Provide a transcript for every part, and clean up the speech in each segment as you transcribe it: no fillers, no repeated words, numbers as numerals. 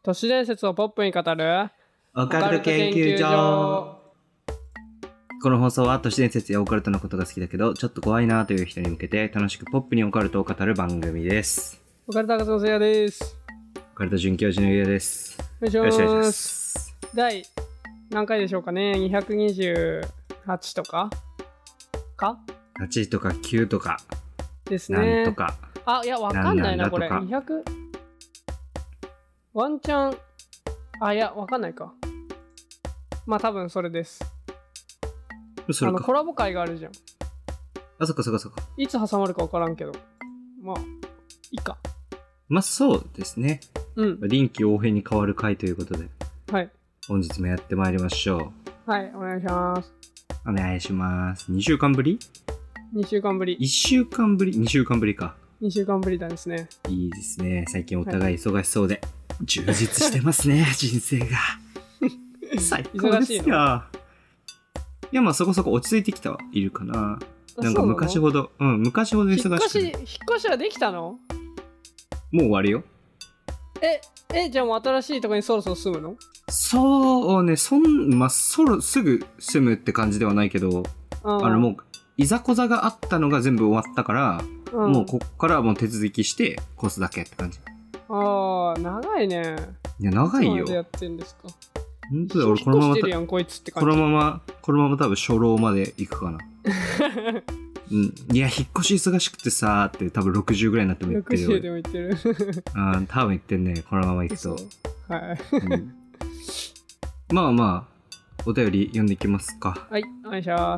都市伝説をポップに語るオカルト研究所。この放送は都市伝説やオカルトのことが好きだけどちょっと怖いなという人に向けて楽しくポップにオカルトを語る番組です。 オカルト博士のせいやです。 オカルト准教授のゆうやです。 よろしくお願いします。第何回でしょうかね。228とか 8とか9とかですね。 なんとか。 いやわかんないなこれ。 なんだ 200ワンチャンいやわかんないか。まあ多分それです。 それか。 コラボ会があるじゃん。 そっか。 いつ挟まるか分からんけど、まあいいか。 まあそうですね。臨機応変に変わる回ということで、 はい。 本日もやってまいりましょう。はい、お願いします。 お願いします。2週間ぶり ?2 週間ぶり。 1週間ぶり ?2 週間ぶりか。 2週間ぶりなんですね。 いいですね。最近お互い忙しそうで、充実してますね、人生が。最高ですよ。いや、まあそこそこ落ち着いてきたはいるかな。なんか昔ほど忙しく引っ越しはできたの？ もう終わるよ。 じゃあもう新しいところにそろそろ住むの？ そうね、すぐ住むって感じではないけど、もういざこざがあったのが全部終わったから、もうこっからはもう手続きして越すだけって感じ。 長いね。 いや長いよ。 いつまでやってんですか？ 本当だ。俺このままこのまま多分初老まで行くかな。いや引っ越し忙しくてさーって多分60ぐらいになっても言ってるよ。 60でも言ってる。 多分言ってんね。このまま行くと。 はい。 まあお便り読んでいきますか。 はい、お願いします。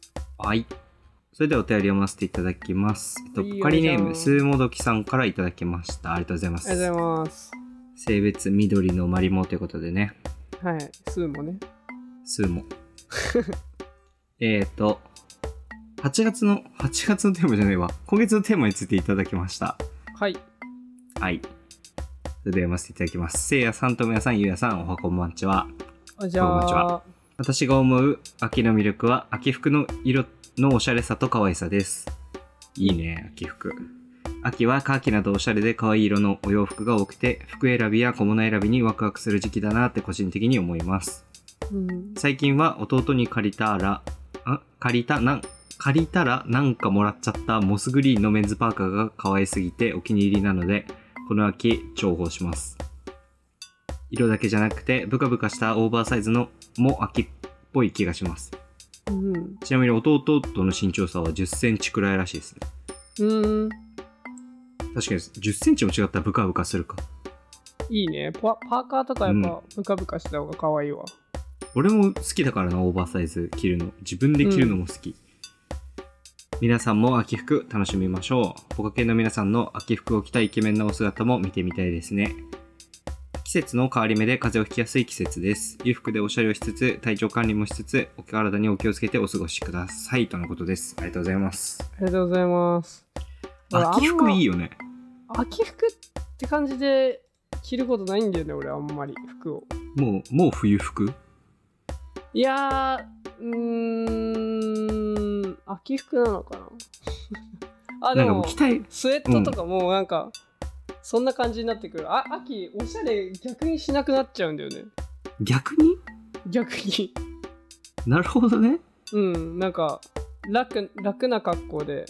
はい。それではお便り読ませていただきます。仮ネームスーモドキさんからいただきました。ありがとうございます。 ありがとうございます。性別緑のマリモということでね。 はい、スーモね。 スーモ。8月のテーマじゃないわ。今月のテーマについていただきました。 はい。 はい。それで読ませていただきます。せいやさん、ともやさん、ゆうやさん、おはこんばんちは。 こんにちは。 私が思う秋の魅力は、秋服の色のおしゃれさと可愛さです。いいね、秋服。秋はカーキなどおしゃれで可愛い色のお洋服が多くて、服選びや小物選びにワクワクする時期だなって個人的に思います。最近は弟に借りたらなんかもらっちゃったモスグリーンのメンズパーカーが可愛すぎてお気に入りなので、この秋重宝します。色だけじゃなくてブカブカしたオーバーサイズのも秋っぽい気がします。ちなみに弟との身長差は10センチくらいらしいですね。確かに10センチも違ったらブカブカするか。 いいね。パーカーとかやっぱブカブカした方が可愛いわ。 俺も好きだからな、オーバーサイズ着るの。自分で着るのも好き。皆さんも秋服楽しみましょう。ポカケンの皆さんの秋服を着たイケメンなお姿も見てみたいですね。季節の変わり目で風邪をひきやすい季節です。裕福でおしゃれをしつつ、体調管理もしつつ、お体にお気をつけてお過ごしください。とのことです。ありがとうございます。 ありがとうございます。 秋服いいよね。 秋服って感じで着ることないんだよね、俺あんまり服を。もう冬服？ いや秋服なのかな。でもスウェットとかもなんか、そんな感じになってくる。秋おしゃれ逆にしなくなっちゃうんだよね。 逆になるほどね。 なんか楽な格好で。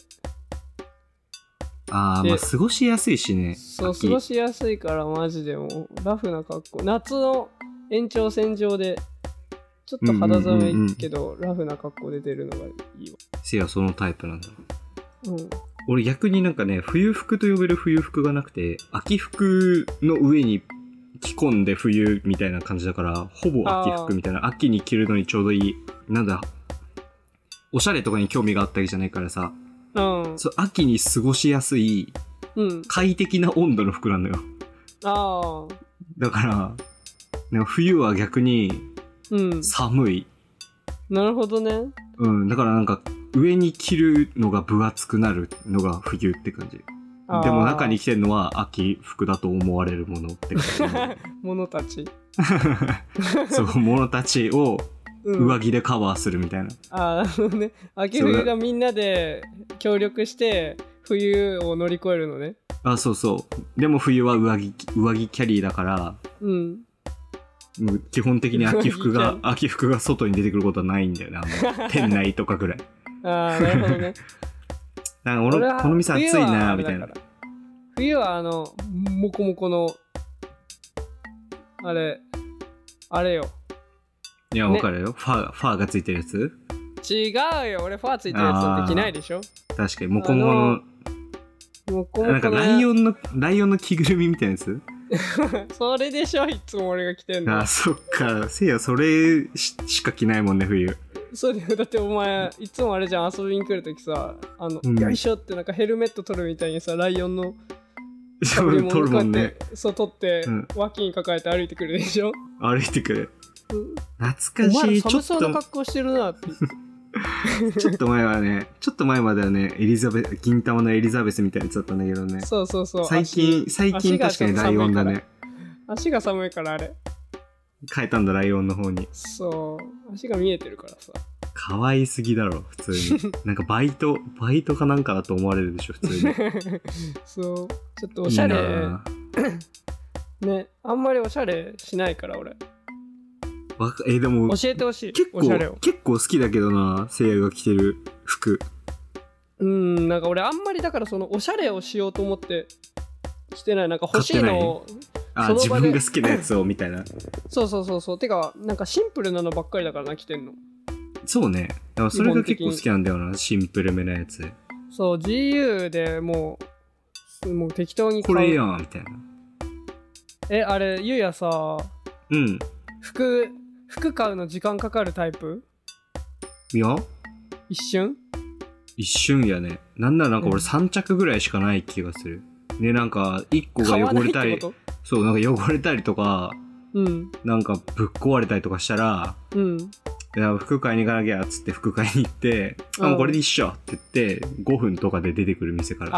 まあ過ごしやすいしね。 そう、過ごしやすいからマジでもうラフな格好。夏の延長線上でちょっと肌寒いけど、ラフな格好で出るのがいいわ。 せやそのタイプなんだ。俺逆になんかね、冬服と呼べる冬服がなくて、秋服の上に着込んで冬みたいな感じだから、ほぼ秋服みたいな。秋に着るのにちょうどいい。なんだ、おしゃれとかに興味があったわけじゃないからさ、そう秋に過ごしやすい、快適な温度の服なんだよ。だから冬は逆に寒い。 なるほどね。 だからなんか上に着るのが分厚くなるのが冬って感じ。でも中に着てるのは秋服だと思われるものって感じ。 物たちそう、物たちを上着でカバーするみたいな。 ね。秋冬がみんなで協力して冬を乗り越えるのね。 そうそう。でも冬は上着キャリーだからうん。 もう基本的に秋服が外に出てくることはないんだよね。店内とかぐらい。 ああ、なるほどね。 なんかこの店暑いなみたいな。 冬はモコモコのあれよ。 いや、わかるよ。ファーがついてるやつ？ 違うよ。俺ファーついてるやつなんて着ないでしょ。 確かにモコモコのなんかライオンの着ぐるみみたいなやつ？ それでしょ、いつも俺が着てんの。 あ、そっか。せいやそれしか着ないもんね、冬。 そうだよ。だってお前いつもあれじゃん、遊びに来るときさ、よいしょってなんかヘルメット取るみたいにさ、ライオンの取るもんね。 そう取って、脇に抱えて歩いてくるでしょ。 歩いてくる。懐かしい。 お前寒そうな格好してるなってちょっと前まではね、銀玉のエリザベスみたいなやつだったんだけどね。 そう。 最近確かにライオンだね。 足が寒いからあれ。 変えたんだ、ライオンの方に。 そう。足が見えてるからさ。 可愛すぎだろ、普通に。なんかバイトかなんかだと思われるでしょ、普通に。 そう。ちょっとおしゃれ。ね、あんまりおしゃれしないから俺。 でも教えてほしい。 結構好きだけどな、せいやが着てる服。 なんか俺あんまりだからそのおしゃれをしようと思って着てない。なんか欲しいのを自分が好きなやつをみたいな。 そう。てかなんかシンプルなのばっかりだからな、着てんの。 そうね。だからそれが結構好きなんだよな、シンプルめなやつ。 そう、GU でもう適当に買う。 これやんみたいな。 あれゆうやさ、服買うの時間かかるタイプ？ いや、 一瞬やね。 なんならなんか俺3着ぐらいしかない気がする。ね、なんか1個が汚れたり、そう、なんか汚れたりとか、なんかぶっ壊れたりとかしたら、服買いに行かなきゃっつって服買いに行って、もうこれで一緒って言って5分とかで出てくる店から。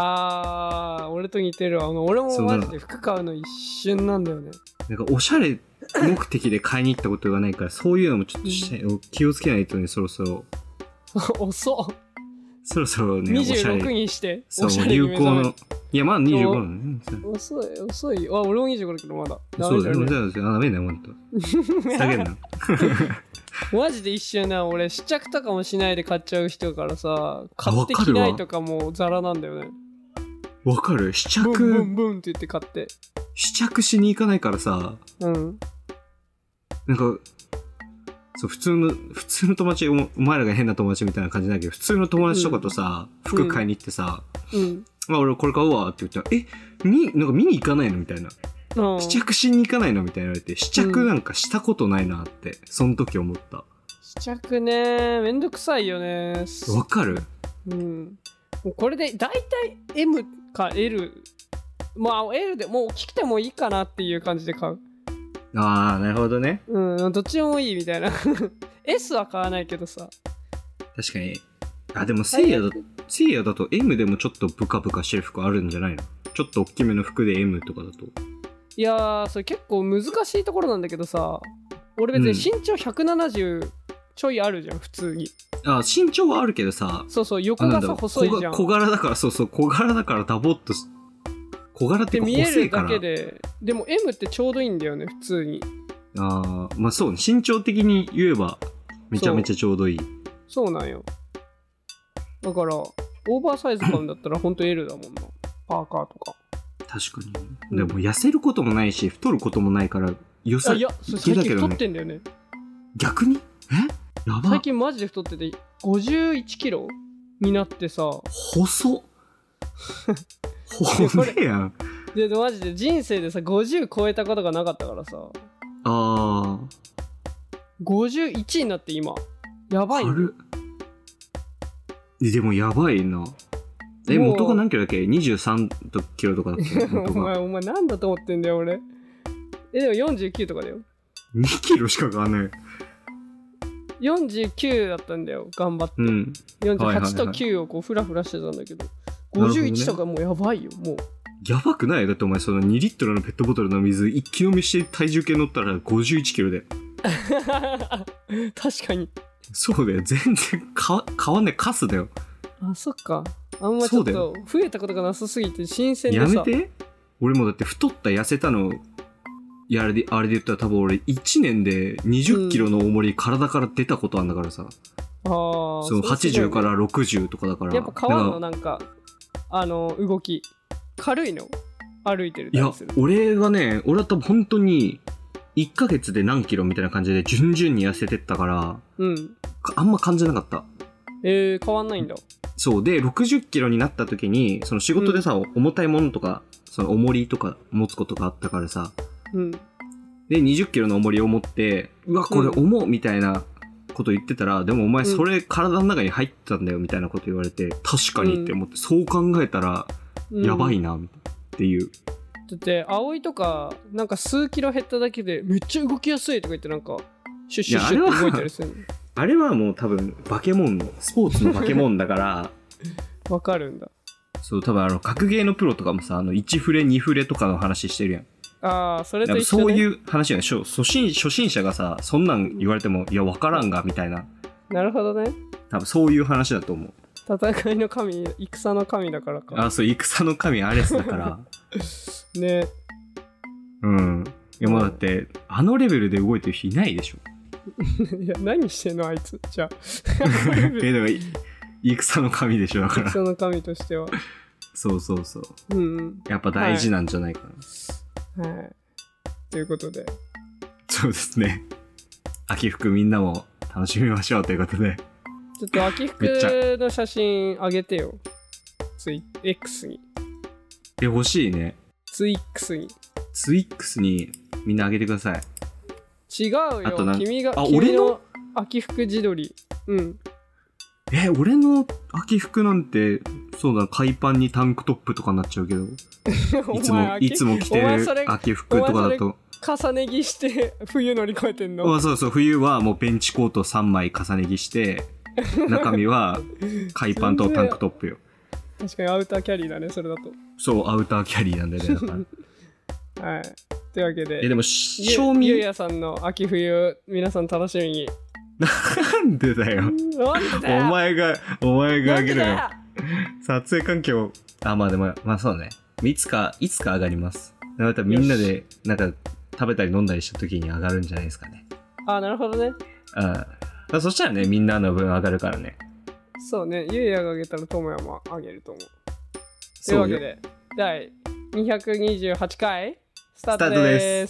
俺と似てるわ。俺もマジで服買うの一瞬なんだよね。 なんかおしゃれ目的で買いに行ったことがないから、そういうのもちょっと気をつけないとね、そろそろ。 遅っ。 そろそろね、 26にして。 そう、流行の。いや、まだ25なのね。 遅い。俺も25だけどまだ。 そうだよね。ダメだよ、ほんと。下げんな。 マジで一瞬な、俺試着とかもしないで買っちゃう人からさ、買って着ないとかもザラなんだよね。 わかる？試着ブンって言って買って試着しに行かないからさ、なんかそう、普通の友達、お前らが変な友達みたいな感じだけど、普通の友達とかとさ、服買いに行ってさ、俺これ買うわって言ったら、なんか見に行かないのみたいな。試着しに行かないのみたいな言われて、試着なんかしたことないなって、その時思った。 試着ね、めんどくさいよね。 わかる？ もうこれでだいたい M か L、 まあ L でもう着てもいいかなっていう感じで買う。 なるほどね。 どっちもいいみたいな。S は買わないけどさ。 確かに。でもせいやだと M でもちょっとブカブカしてる服あるんじゃないの？ちょっと大きめの服で M とかだと。 いやー、それ結構難しいところなんだけどさ、俺別に身長170ちょいあるじゃん、普通に。 身長はあるけどさ、 そう横がさ細いじゃん。 小柄だから、小柄だからダボっと小柄っていうか細いから。 見えるだけでも M ってちょうどいいんだよね、普通に。 まあそうね、身長的に言えばめちゃめちゃちょうどいい。 そうなんよ。だからオーバーサイズ買うんだったらほんと L だもんな、パーカーとか。 確かに。でも痩せることもないし太ることもないから良さいけだけどね。 太ってんだよね。逆に？やば。 最近マジで太ってて51キロになってさ。 細っ。骨やん。 でマジで人生でさ50超えたことがなかったからさ。51になって今やばいね。 でもやばいな。元が何キロだっけ？ 23 キロとかだっけ？ お前なんだと思ってんだよ俺。でも49とかだよ。 2キロしか変わんない。 49だったんだよ、頑張って。48と9をこうフラフラしてたんだけど、51とかもうやばいよ、もう。 やばくない？だってお前その2リットルのペットボトルの水一気飲みして体重計乗ったら51キロで。 確かに。 そうだよ、全然変わんない、カスだよ。 そっか。あんまちょっと増えたことがなさすぎて新鮮でさ。 やめて。俺もだって太った痩せたのいや、あれで言ったら多分俺1年で20キロの重り体から出たことあんだからさ。そう、80から60とかだから。 やっぱ変わんのなんか、動き。軽いの歩いてるタイプする。 いや、俺は多分本当に、1ヶ月で何キロみたいな感じで順々に痩せてったから、あんま感じなかった。 変わんないんだ。 そうで、60キロになった時に、その仕事でさ、重たいものとか、その重りとか持つことがあったからさ、で、20キロの重りを持って、うわ、これ重っみたいなこと言ってたら、でもお前それ体の中に入ってたんだよみたいなこと言われて、確かにって思って、そう考えたら、やばいな、っていう。 だって、葵とか、なんか数キロ減っただけで、めっちゃ動きやすいとか言って、なんか、シュッシュッシュッって動いたりするの。 あれはもう多分、バケモンの、スポーツのバケモンだから、 わかるんだ。 そう、多分格ゲーのプロとかもさ、1フレ、2フレとかの話してるやん。 ああ、それと一緒ね。 そういう話やね。初心者がさ、そんなん言われても、いや、わからんが、みたいな。 なるほどね。 多分そういう話だと思う。 戦いの神、戦の神だからか。 あ、そう、戦の神アレスだから。 ね。 うん。いや、もうだって、あのレベルで動いてる人いないでしょ。 いや、何してんのあいつ。じゃあ。 でも、戦の神でしょ、だから。 戦の神としては。 そうそうそう。やっぱ大事なんじゃないかな。はい。ということで。 そうですね。秋服みんなも楽しみましょうということで。 ちょっと秋服の写真あげてよ。X に。 欲しいね。 ツイックスに。 ツイックスにみんなあげてください。 違うよ。君俺の秋服自撮り。 俺の秋服なんて、そうだ、海パンにタンクトップとかになっちゃうけど。いつも着てる秋服とかだと。 重ね着して冬乗り越えてんの？ そうそう、冬はもうベンチコート3枚重ね着して、中身は海パンとタンクトップよ。 確かにアウターキャリーだね、それだと。 そう、アウターキャリーなんだよね、だから。 はい。というわけで。 でも、賞味。 ゆうやさんの秋冬、皆さん楽しみに。 なんでだよ。お前があげるよ。撮影環境。まあでも、まあそうね。いつか上がります。またみんなで、なんか、食べたり飲んだりした時に上がるんじゃないですかね。 なるほどね。 そしたらね、みんなの分上がるからね。 そうね。ゆうやがあげたらともやもあげると思う。というわけで、第228回、スタートです。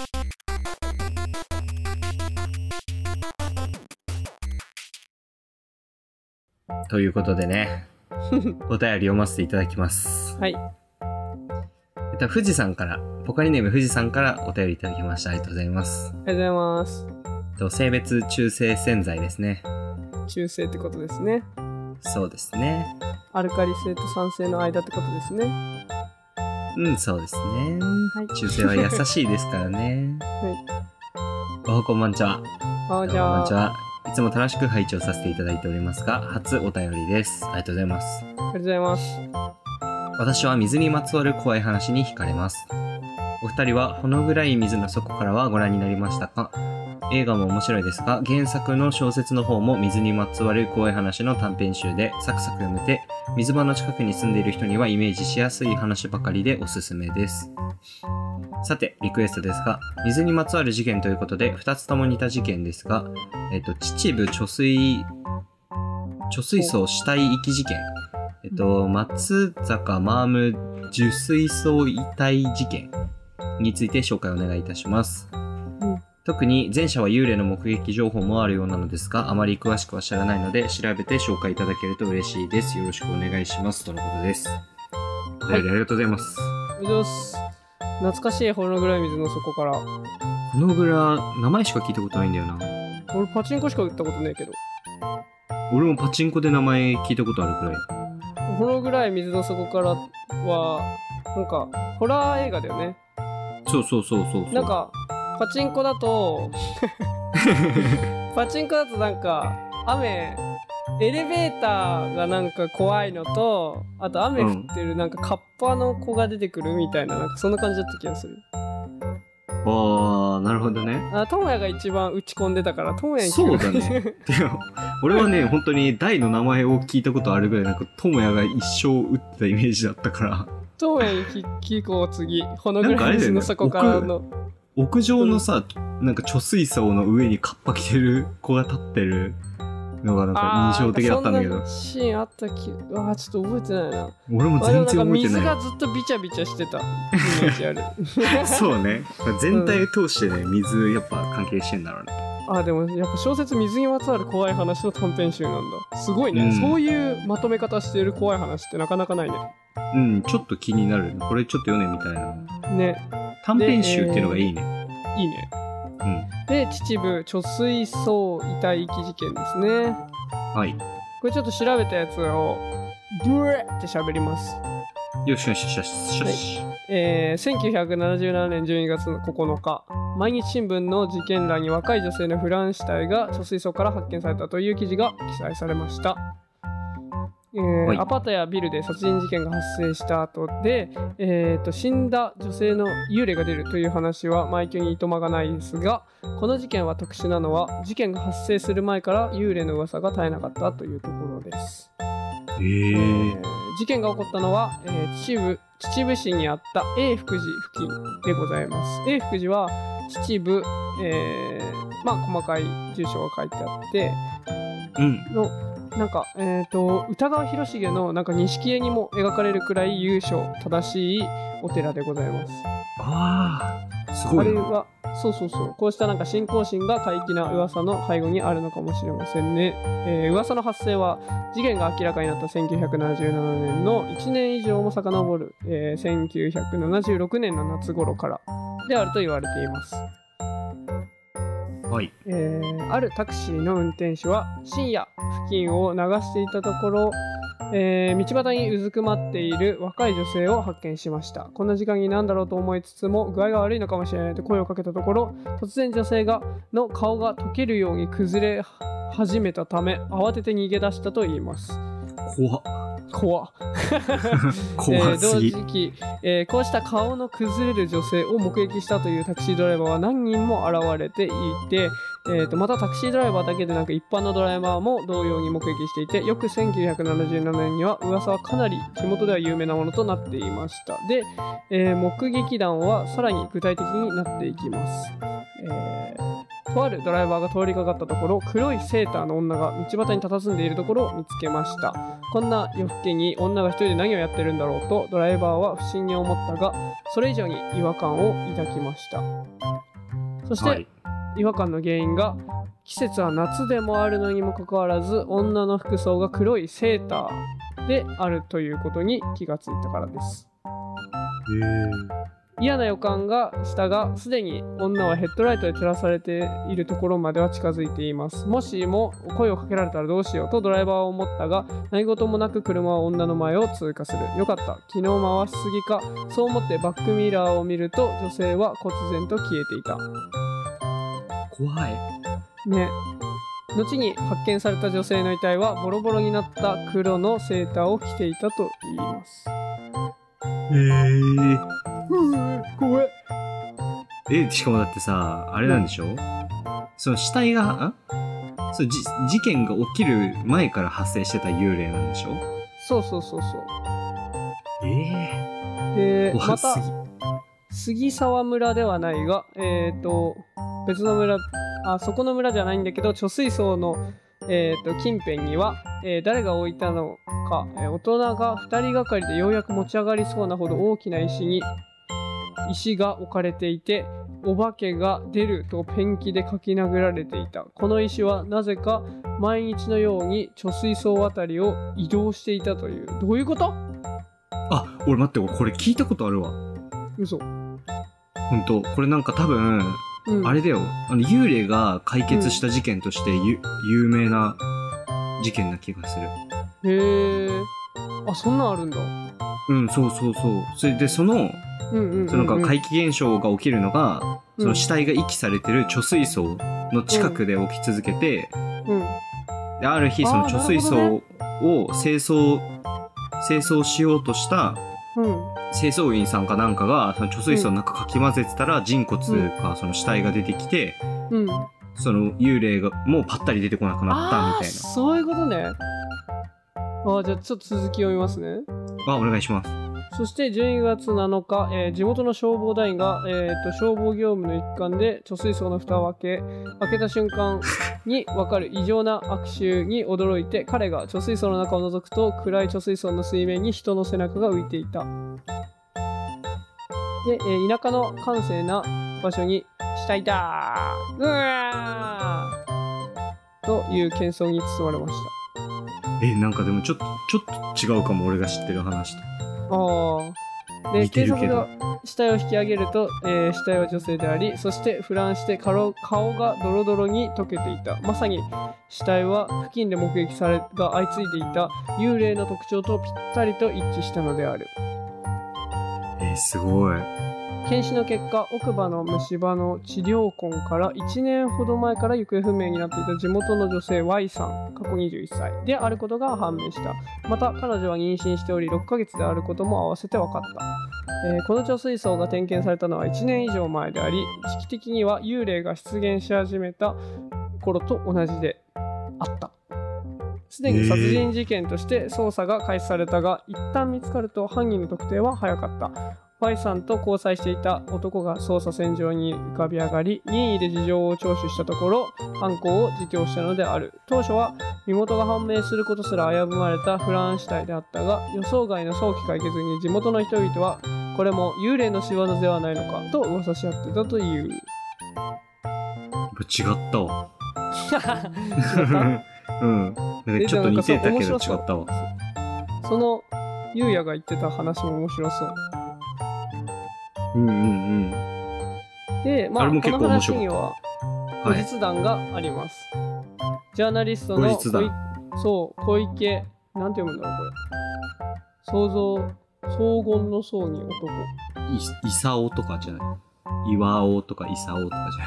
ということでね、お便り読ませていただきます。 はい。 富士山から、ポカリネーム富士山からお便りいただきました。ありがとうございます。 ありがとうございます。 性別中性洗剤ですね。 中性ってことですね。 そうですね。 アルカリ性と酸性の間ってことですね。 そうですね。はい、中性は優しいですからね。 はい。 こんばんちは。 こんにちは。 いつも楽しく拝聴させていただいておりますが、初お便りです。ありがとうございます。 ありがとうございます。 私は水にまつわる怖い話に惹かれます。お二人はほの暗い水の底からはご覧になりましたか？映画も面白いですが、原作の小説の方も水にまつわる怖い話の短編集でサクサク読めて、水場の近くに住んでいる人にはイメージしやすい話ばかりでおすすめです。さて、リクエストですが、水にまつわる事件ということで、2つとも似た事件ですが、秩父貯水槽死体遺棄事件、松坂マーム受水槽遺体事件について紹介をお願いいたします。特に前者は幽霊の目撃情報もあるようなのですが、あまり詳しくは知らないので、調べて紹介いただけると嬉しいです。よろしくお願いします。とのことです。はい、ありがとうございます。 ありがとうございます。懐かしいほの暗い水の底から。 ほの暗、名前しか聞いたことないんだよな。 俺パチンコしか打ったことねえけど。 俺もパチンコで名前聞いたことあるくらい。 ほの暗い水の底からは、なんか、ホラー映画だよね。 そう。 なんか、パチンコだとなんか、エレベーターがなんか怖いのと、あと雨降ってるなんかカッパの子が出てくるみたいな、なんかそんな感じだった気がする。 なるほどね。 ともやが一番打ち込んでたから、ともやにそうだね。俺はね、本当に大の名前を聞いたことあるぐらい、なんかともやが一生打ったイメージだったから。 ともやに聞こう次。ほのぐらい水の底からの。 屋上のさ、なんか貯水槽の上にカッパ着てる子が立ってるのがなんか印象的だったんだけど。 そんなシーンあったちょっと覚えてないな。 俺も全然覚えてない。 水がずっとビチャビチャしてたイメージある。 そうね。全体通してね、水やっぱ関係してんだろうね。 でもやっぱ小説水にまつわる怖い話の短編集なんだ。すごいね、そういうまとめ方してる怖い話ってなかなかないね。 ちょっと気になる。これちょっと読んでみたいな。 ね。 短編集っていうのがいいね。 いいね。で、秩父貯水槽遺体遺棄事件ですね。 はい。 これちょっと調べたやつをブレって喋ります。 よしよしよしよし。 1977年12月9日、毎日新聞の事件欄に若い女性のフラン死体が貯水槽から発見されたという記事が記載されました。アパートやビルで殺人事件が発生した後で、死んだ女性の幽霊が出るという話は枚挙にいとまがないですが、この事件は特殊なのは事件が発生する前から幽霊の噂が絶えなかったというところです。事件が起こったのは、秩父市にあった A 福寺付近でございます。A 福寺は秩父、細かい住所が書いてあって、なんか、歌川広重のなんか錦絵にも描かれるくらい由緒正しいお寺でございます。 すごいな。 あれはそうこうしたなんか信仰心が怪奇な噂の背後にあるのかもしれませんね。噂の発生は事件が明らかになった1977年の1年以上も遡る、1976年の夏頃からであると言われています。 はい。 あるタクシーの運転手は深夜付近を流していたところ、道端にうずくまっている若い女性を発見しました。こんな時間に何だろうと思いつつも具合が悪いのかもしれないと声をかけたところ、突然女性の顔が溶けるように崩れ始めたため慌てて逃げ出したといいます。怖同時期、こうした顔の崩れる女性を目撃したというタクシードライバーは何人も現れていて、またタクシードライバーだけでなく一般のドライバーも同様に目撃していて、よく1977年には噂はかなり地元では有名なものとなっていました。で、目撃談はさらに具体的になっていきます。とあるドライバーが通りかかったところ、黒いセーターの女が道端に佇んでいるところを見つけました。こんな夜更けに女が一人で何をやってるんだろうとドライバーは不審に思ったが、それ以上に違和感を抱きました。そして、違和感の原因が季節は夏でもあるのにもかかわらず女の服装が黒いセーターであるということに気がついたからです。嫌な予感がしたが、すでに女はヘッドライトで照らされているところまでは近づいています。もしも声をかけられたらどうしようとドライバーは思ったが、何事もなく車は女の前を通過する。よかった、昨日回しすぎか。そう思ってバックミラーを見ると女性は忽然と消えていた。 怖いね。後に発見された女性の遺体はボロボロになった黒のセーターを着ていたと言います。怖い。 しかもだってさ、あれなんでしょ、その死体が事件が起きる前から発生してた幽霊なんでしょ。 そうで、また杉沢村ではないが、別の村、そこの村じゃないんだけど、貯水槽の、近辺には、誰が置いたのか、大人が2人がかりでようやく持ち上がりそうなほど大きな石が置かれていて、お化けが出るとペンキで書き殴られていた。この石はなぜか毎日のように貯水槽あたりを移動していたという。どういうこと？ 俺待って、これ聞いたことあるわ。 嘘。 ほんと、これなんか多分、あれだよ、幽霊が解決した事件として、有名な事件な気がする。 へー。そんなんあるんだ。 そう。それでその怪奇現象が起きるのが、その死体が遺棄されてる貯水槽の近くで起き続けて、である日その貯水槽を清掃しようとした清掃員さんかなんかがその貯水槽の中かき混ぜてたら、人骨かその死体が出てきて、その幽霊がもうパッタリ出てこなくなったみたいな。 そういうことね。じゃあちょっと続き読みますね。 お願いします。 そして12月7日、地元の消防団員が、消防業務の一環で貯水槽の蓋を開けた瞬間に分かる異常な悪臭に驚いて、彼が貯水槽の中を覗くと暗い貯水槽の水面に人の背中が浮いていた。で、田舎の閑静な場所に死体だーうわーという喧騒に包まれました。 なんかでもちょっと違うかも、俺が知ってる話と。 で、警察が死体を引き上げると、死体は女性であり、そして腐乱して顔がドロドロに溶けていた。まさに死体は付近で目撃されが相次いでいた幽霊の特徴とぴったりと一致したのである。 すごい。 検視の結果、奥歯の虫歯の治療痕から1年ほど前から行方不明になっていた地元の女性 Y さん過去21歳であることが判明した。また彼女は妊娠しており6ヶ月であることも合わせて分かった。この貯水槽が点検されたのは1年以上前であり、時期的には幽霊が出現し始めた頃と同じであった。すでに殺人事件として捜査が開始されたが、一旦見つかると犯人の特定は早かった。Y さんと交際していた男が捜査線上に浮かび上がり、任意で事情を聴取したところ、犯行を自供したのである。当初は身元が判明することすら危ぶまれた腐乱死体であったが、予想外の早期解決に地元の人々は、これも幽霊の仕業ではないのかと噂し合ってたという。 違ったわ。 違ったうん。なんかちょっと似てたけど違ったわ。 そのゆうやが言ってた話も面白そう。で、まあ、この話には後日談があります。ジャーナリストの小池、なんて読むんだろうこれ。荘厳の荘に男。 イサオとかじゃない。イワオとかイサオとかじ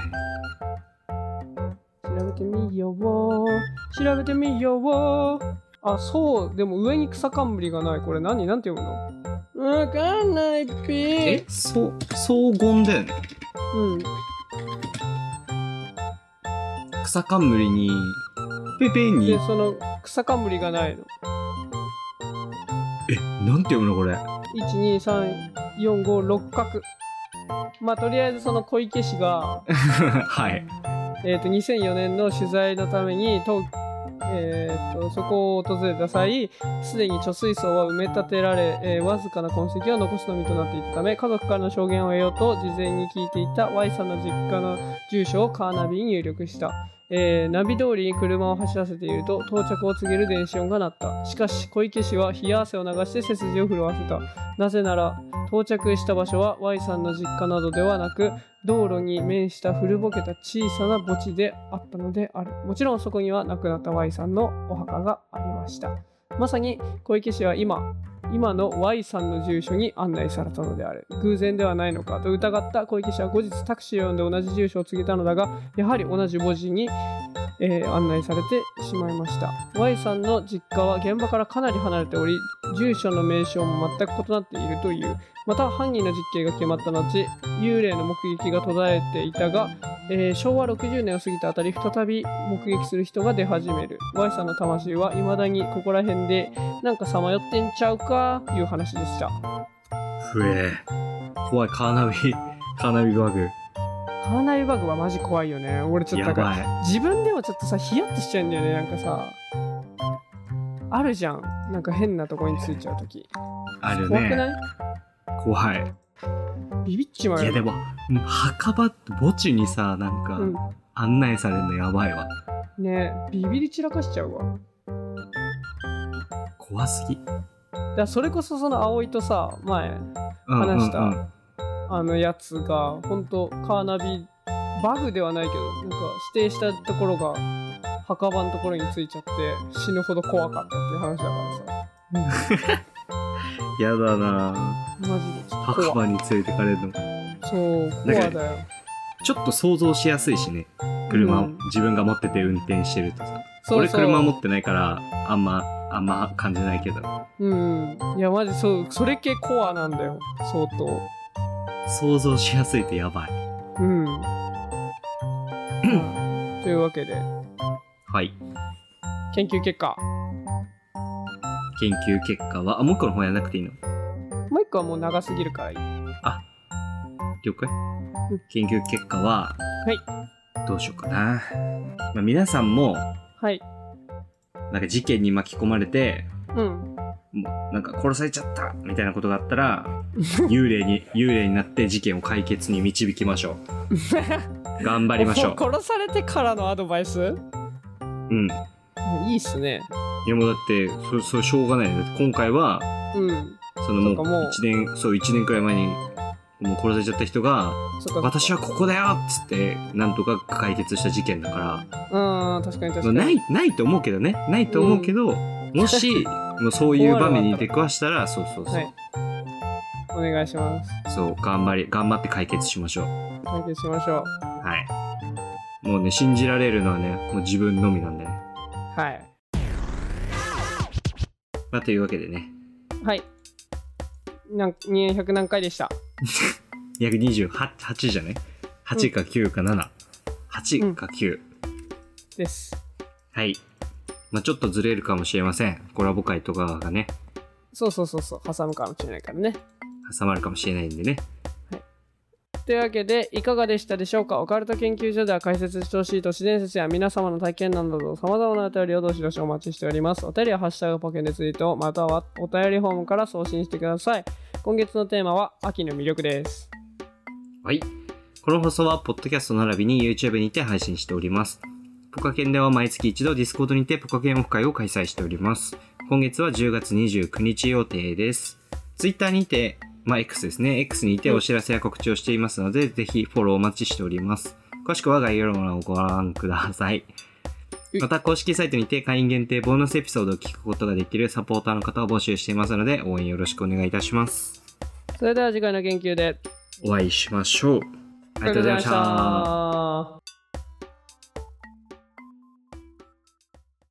ゃない。 調べてみよう。調べてみよう。あ、そう。でも上に草冠がない。これなんて読むの？わかんないぴ。 荘厳だよね。 うん。 草冠にペペに。 で、その草冠がないの。 なんて読むのこれ。 1、2、3、4、5、6画。まあとりあえずその小池氏がはい。 2004年の取材のためにそこを訪れた際、すでに貯水槽は埋め立てられ、わずかな痕跡を残すのみとなっていたため、家族からの証言を得ようと事前に聞いていた Y さんの実家の住所をカーナビに入力した。ナビ通りに車を走らせていると到着を告げる電子音が鳴った。しかし小池氏は冷や汗を流して背筋を震わせた。なぜなら到着した場所は Y さんの実家などではなく、道路に面した古ぼけた小さな墓地であったのである。もちろんそこには亡くなった Y さんのお墓がありました。まさに小池氏は今の Y さんの住所に案内されたのである。偶然ではないのかと疑った小池氏は後日タクシーを呼んで同じ住所を告げたのだが、やはり同じ墓地に、案内されてしまいました。 Y さんの実家は現場からかなり離れており、住所の名称も全く異なっているという。また犯人の実刑が決まった後、幽霊の目撃が途絶えていたが、昭和60年を過ぎたあたり再び目撃する人が出始める。 Y さんの魂は未だにここら辺でなんかさまよってんちゃうかいう話でした。 怖い。カーナビバグ。 カーナビバグはマジ怖いよね。俺ちょっとだから自分でもちょっとさヒヤッとしちゃうんだよね。なんかさあるじゃん、なんか変なとこについちゃうとき。 あるね。 怖くない？ 怖い。 ビビっちまうよ。 いやでも墓場墓地にさなんか案内されるのやばいわ。 ねえ、ビビり散らかしちゃうわ。 怖すぎ。 だそれこそその葵とさ前話した、あのやつが本当カーナビバグではないけどなんか指定したところが墓場のところについちゃって死ぬほど怖かったっていう話だからさ。 やだなマジで墓場に連れてかれるの。 そう怖だよ。 ちょっと想像しやすいしね、車を、自分が持ってて運転してるとさ。 そう俺車持ってないからあんま感じないけど。 いやマジそれ系コアなんだよ相当。 想像しやすいってやばい。 というわけで、 はい。 研究結果はもう一個の方やらなくていいの？ もう一個はもう長すぎるからいい。 あ、了解。研究結果は、 はい。 どうしようかな。まあ、皆さんも、 はい。 なんか事件に巻き込まれて、 うん。 もうなんか殺されちゃったみたいなことがあったら、幽霊になって事件を解決に導きましょう。頑張りましょう。 殺されてからのアドバイス？ うん。 いいっすね。 いやもうだって、それしょうがないね。だって今回は、 うん。 そのもう1年くらい前に、もう殺されちゃった人が、私はここだよっつって、なんとか解決した事件だから。 確かに。 ないと思うけどね。ないと思うけど、もし、もうそういう場面に出くわしたら、そう。はい。 お願いします。 そう、頑張って解決しましょう。 解決しましょう。はい。もうね、信じられるのはね、もう自分のみなんでね。 はい。 まあ、というわけでね。 はい。100何回でした。 128じゃね ?8 か9か7。8か9。 です。 はい。まあ、ちょっとずれるかもしれません。コラボ会とかがね。 そう。挟むかもしれないからね。 挟まるかもしれないんでね。 はい。というわけで、いかがでしたでしょうか？オカルト研究所では解説してほしい都市伝説や皆様の体験談など様々なお便りをどしどしお待ちしております。お便りはハッシュタグポケンでツイート、またはお便りフォームから送信してください。今月のテーマは秋の魅力です。 はい。この放送は、ポッドキャスト並びに YouTube にて配信しております。ポカケンでは毎月一度 Discord にてポカケンオフ会を開催しております。今月は10月29日予定です。Twitter にて、X ですね。X にてお知らせや告知をしていますので、ぜひフォローお待ちしております。詳しくは概要欄をご覧ください。また、公式サイトにて会員限定ボーナスエピソードを聞くことができるサポーターの方を募集していますので、応援よろしくお願いいたします。 それでは次回の研究でお会いしましょう。ありがとうございました。